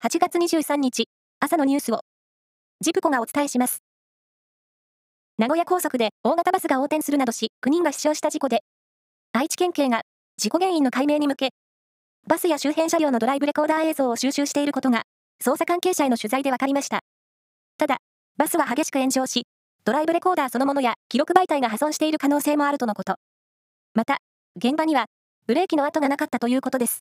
8月23日、朝のニュースを、ジプコがお伝えします。名古屋高速で大型バスが横転するなどし、9人が死傷した事故で、愛知県警が事故原因の解明に向け、バスや周辺車両のドライブレコーダー映像を収集していることが、捜査関係者への取材で分かりました。ただ、バスは激しく炎上し、ドライブレコーダーそのものや記録媒体が破損している可能性もあるとのこと。また、現場には、ブレーキの跡がなかったということです。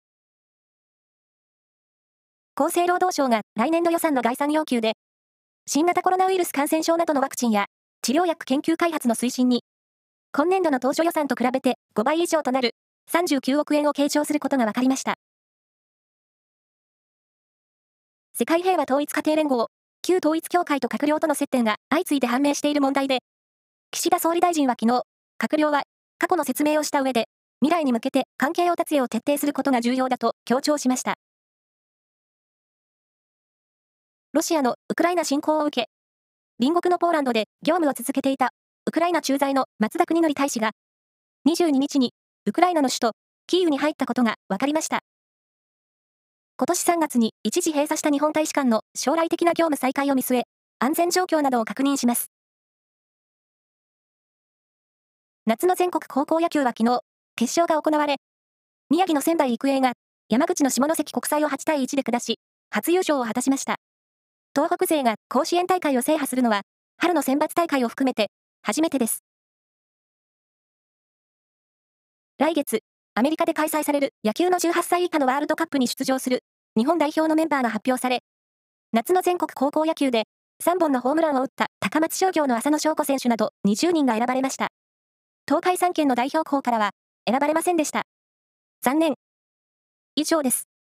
厚生労働省が来年度予算の概算要求で、新型コロナウイルス感染症などのワクチンや治療薬研究開発の推進に、今年度の当初予算と比べて5倍以上となる39億円を計上することが分かりました。世界平和統一家庭連合、旧統一教会と閣僚との接点が相次いで判明している問題で、岸田総理大臣は昨日、閣僚は過去の説明をした上で、未来に向けて関係を断つよう徹底することが重要だと強調しました。ロシアのウクライナ侵攻を受け、隣国のポーランドで業務を続けていたウクライナ駐在の松田邦則大使が、22日にウクライナの首都キーウに入ったことが分かりました。今年3月に一時閉鎖した日本大使館の将来的な業務再開を見据え、安全状況などを確認します。夏の全国高校野球は昨日、決勝が行われ、宮城の仙台育英が山口の下関国際を8対1で下し、初優勝を果たしました。東北勢が甲子園大会を制覇するのは、春の選抜大会を含めて初めてです。来月、アメリカで開催される野球の18歳以下のワールドカップに出場する日本代表のメンバーが発表され、夏の全国高校野球で3本のホームランを打った高松商業の浅野翔子選手など20人が選ばれました。東海3県の代表校からは選ばれませんでした。残念。以上です。